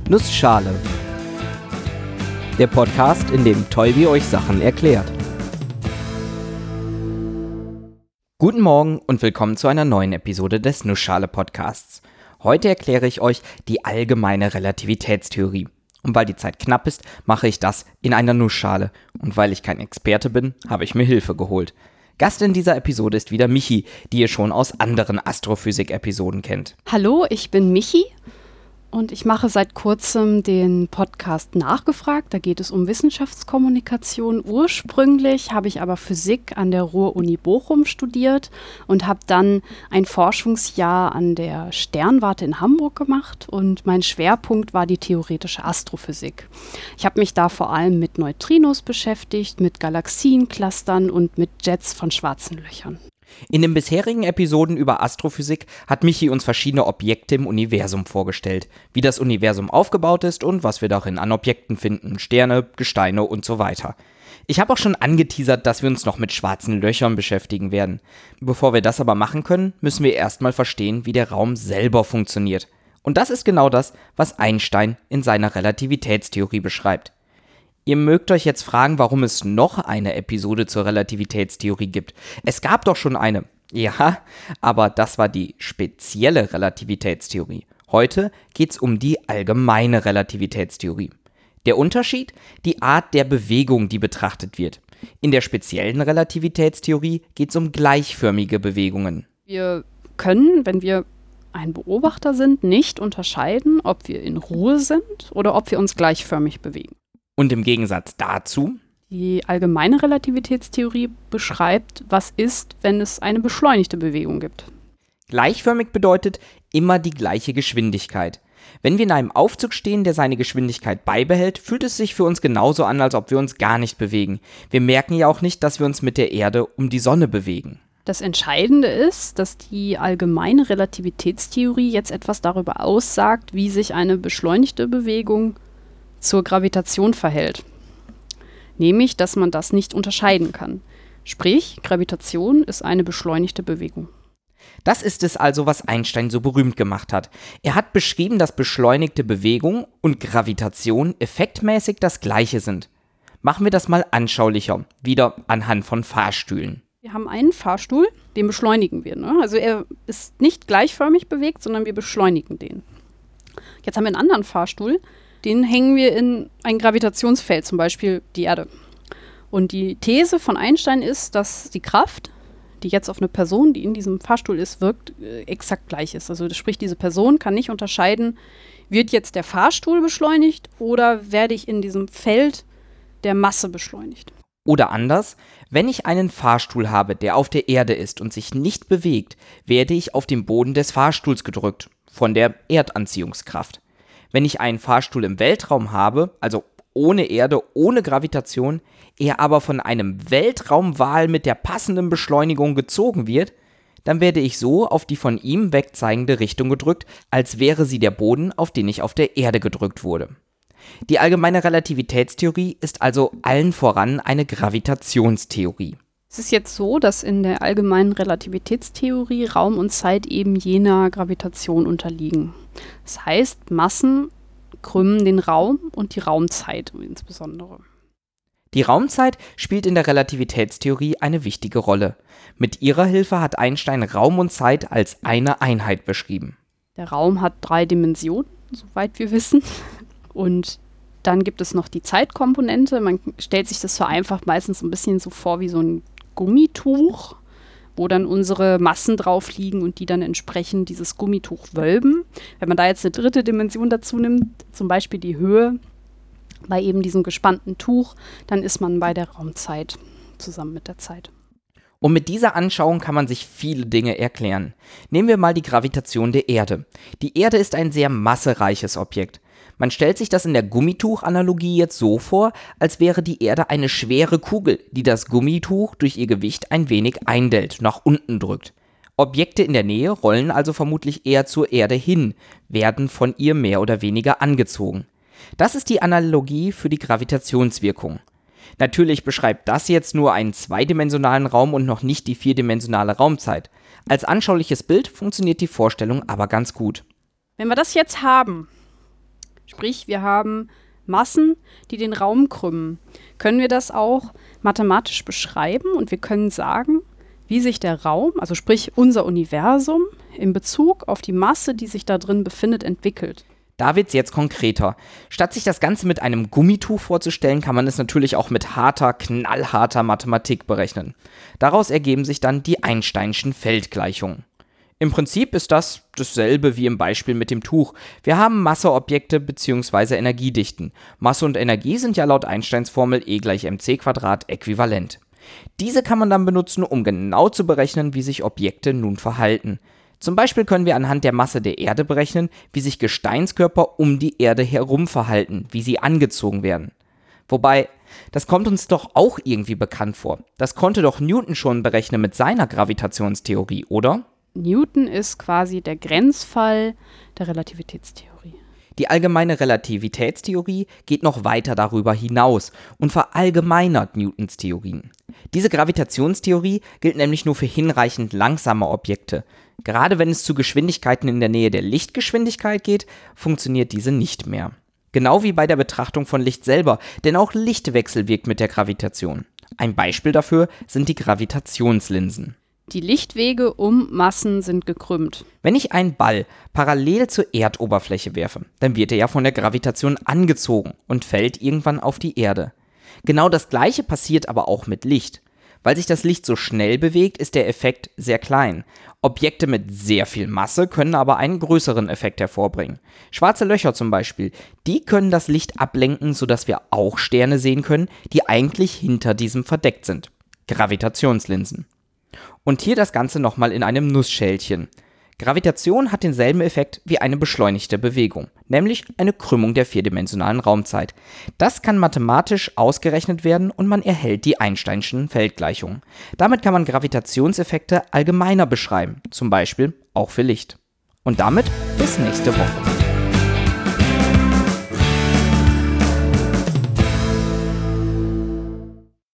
Nussschale. Der Podcast, in dem Tolbi euch Sachen erklärt. Guten Morgen und willkommen zu einer neuen Episode des Nussschale-Podcasts. Heute erkläre ich euch die allgemeine Relativitätstheorie. Und weil die Zeit knapp ist, mache ich das in einer Nussschale. Und weil ich kein Experte bin, habe ich mir Hilfe geholt. Gast in dieser Episode ist wieder Michi, die ihr schon aus anderen Astrophysik-Episoden kennt. Hallo, ich bin Michi und ich mache seit kurzem den Podcast Nachgefragt. Da geht es um Wissenschaftskommunikation. Ursprünglich habe ich aber Physik an der Ruhr-Uni Bochum studiert und habe dann ein Forschungsjahr an der Sternwarte in Hamburg gemacht. Und mein Schwerpunkt war die theoretische Astrophysik. Ich habe mich da vor allem mit Neutrinos beschäftigt, mit Galaxienclustern und mit Jets von schwarzen Löchern. In den bisherigen Episoden über Astrophysik hat Michi uns verschiedene Objekte im Universum vorgestellt, wie das Universum aufgebaut ist und was wir darin an Objekten finden, Sterne, Gesteine und so weiter. Ich habe auch schon angeteasert, dass wir uns noch mit schwarzen Löchern beschäftigen werden. Bevor wir das aber machen können, müssen wir erstmal verstehen, wie der Raum selber funktioniert. Und das ist genau das, was Einstein in seiner Relativitätstheorie beschreibt. Ihr mögt euch jetzt fragen, warum es noch eine Episode zur Relativitätstheorie gibt. Es gab doch schon eine. Ja, aber das war die spezielle Relativitätstheorie. Heute geht es um die allgemeine Relativitätstheorie. Der Unterschied? Die Art der Bewegung, die betrachtet wird. In der speziellen Relativitätstheorie geht es um gleichförmige Bewegungen. Wir können, wenn wir ein Beobachter sind, nicht unterscheiden, ob wir in Ruhe sind oder ob wir uns gleichförmig bewegen. Und im Gegensatz dazu? Die allgemeine Relativitätstheorie beschreibt, was ist, wenn es eine beschleunigte Bewegung gibt. Gleichförmig bedeutet immer die gleiche Geschwindigkeit. Wenn wir in einem Aufzug stehen, der seine Geschwindigkeit beibehält, fühlt es sich für uns genauso an, als ob wir uns gar nicht bewegen. Wir merken ja auch nicht, dass wir uns mit der Erde um die Sonne bewegen. Das Entscheidende ist, dass die allgemeine Relativitätstheorie jetzt etwas darüber aussagt, wie sich eine beschleunigte Bewegung zur Gravitation verhält. Nämlich, dass man das nicht unterscheiden kann. Sprich, Gravitation ist eine beschleunigte Bewegung. Das ist es also, was Einstein so berühmt gemacht hat. Er hat beschrieben, dass beschleunigte Bewegung und Gravitation effektmäßig das Gleiche sind. Machen wir das mal anschaulicher, wieder anhand von Fahrstühlen. Wir haben einen Fahrstuhl, den beschleunigen wir. Ne? Also er ist nicht gleichförmig bewegt, sondern wir beschleunigen den. Jetzt haben wir einen anderen Fahrstuhl, den hängen wir in ein Gravitationsfeld, zum Beispiel die Erde. Und die These von Einstein ist, dass die Kraft, die jetzt auf eine Person, die in diesem Fahrstuhl ist, wirkt, exakt gleich ist. Also sprich, diese Person kann nicht unterscheiden, wird jetzt der Fahrstuhl beschleunigt oder werde ich in diesem Feld der Masse beschleunigt. Oder anders, wenn ich einen Fahrstuhl habe, der auf der Erde ist und sich nicht bewegt, werde ich auf den Boden des Fahrstuhls gedrückt, von der Erdanziehungskraft. Wenn ich einen Fahrstuhl im Weltraum habe, also ohne Erde, ohne Gravitation, er aber von einem Weltraumwal mit der passenden Beschleunigung gezogen wird, dann werde ich so auf die von ihm wegzeigende Richtung gedrückt, als wäre sie der Boden, auf den ich auf der Erde gedrückt wurde. Die allgemeine Relativitätstheorie ist also allen voran eine Gravitationstheorie. Es ist jetzt so, dass in der allgemeinen Relativitätstheorie Raum und Zeit eben jener Gravitation unterliegen. Das heißt, Massen krümmen den Raum und die Raumzeit insbesondere. Die Raumzeit spielt in der Relativitätstheorie eine wichtige Rolle. Mit ihrer Hilfe hat Einstein Raum und Zeit als eine Einheit beschrieben. Der Raum hat 3 Dimensionen, soweit wir wissen. Und dann gibt es noch die Zeitkomponente. Man stellt sich das vereinfacht meistens ein bisschen so vor wie so ein Gummituch, wo dann unsere Massen drauf liegen und die dann entsprechend dieses Gummituch wölben. Wenn man da jetzt eine 3. Dimension dazu nimmt, zum Beispiel die Höhe bei eben diesem gespannten Tuch, dann ist man bei der Raumzeit zusammen mit der Zeit. Und mit dieser Anschauung kann man sich viele Dinge erklären. Nehmen wir mal die Gravitation der Erde. Die Erde ist ein sehr massereiches Objekt. Man stellt sich das in der Gummituch-Analogie jetzt so vor, als wäre die Erde eine schwere Kugel, die das Gummituch durch ihr Gewicht ein wenig eindellt, nach unten drückt. Objekte in der Nähe rollen also vermutlich eher zur Erde hin, werden von ihr mehr oder weniger angezogen. Das ist die Analogie für die Gravitationswirkung. Natürlich beschreibt das jetzt nur einen zweidimensionalen Raum und noch nicht die vierdimensionale Raumzeit. Als anschauliches Bild funktioniert die Vorstellung aber ganz gut. Wenn wir das jetzt haben, Sprich, wir haben Massen, die den Raum krümmen. Können wir das auch mathematisch beschreiben und wir können sagen, wie sich der Raum, also sprich unser Universum, in Bezug auf die Masse, die sich da drin befindet, entwickelt. Da wird's jetzt konkreter. Statt sich das Ganze mit einem Gummituch vorzustellen, kann man es natürlich auch mit knallharter Mathematik berechnen. Daraus ergeben sich dann die Einsteinschen Feldgleichungen. Im Prinzip ist das dasselbe wie im Beispiel mit dem Tuch. Wir haben Masseobjekte bzw. Energiedichten. Masse und Energie sind ja laut Einsteins Formel E = mc² äquivalent. Diese kann man dann benutzen, um genau zu berechnen, wie sich Objekte nun verhalten. Zum Beispiel können wir anhand der Masse der Erde berechnen, wie sich Gesteinskörper um die Erde herum verhalten, wie sie angezogen werden. Wobei, das kommt uns doch auch irgendwie bekannt vor. Das konnte doch Newton schon berechnen mit seiner Gravitationstheorie, oder? Newton ist quasi der Grenzfall der Relativitätstheorie. Die allgemeine Relativitätstheorie geht noch weiter darüber hinaus und verallgemeinert Newtons Theorien. Diese Gravitationstheorie gilt nämlich nur für hinreichend langsame Objekte. Gerade wenn es zu Geschwindigkeiten in der Nähe der Lichtgeschwindigkeit geht, funktioniert diese nicht mehr. Genau wie bei der Betrachtung von Licht selber, denn auch Lichtwechsel wirkt mit der Gravitation. Ein Beispiel dafür sind die Gravitationslinsen. Die Lichtwege um Massen sind gekrümmt. Wenn ich einen Ball parallel zur Erdoberfläche werfe, dann wird er ja von der Gravitation angezogen und fällt irgendwann auf die Erde. Genau das Gleiche passiert aber auch mit Licht. Weil sich das Licht so schnell bewegt, ist der Effekt sehr klein. Objekte mit sehr viel Masse können aber einen größeren Effekt hervorbringen. Schwarze Löcher zum Beispiel, die können das Licht ablenken, sodass wir auch Sterne sehen können, die eigentlich hinter diesem verdeckt sind. Gravitationslinsen. Und hier das Ganze nochmal in einem Nussschälchen. Gravitation hat denselben Effekt wie eine beschleunigte Bewegung, nämlich eine Krümmung der vierdimensionalen Raumzeit. Das kann mathematisch ausgerechnet werden und man erhält die Einsteinschen Feldgleichungen. Damit kann man Gravitationseffekte allgemeiner beschreiben, zum Beispiel auch für Licht. Und damit bis nächste Woche.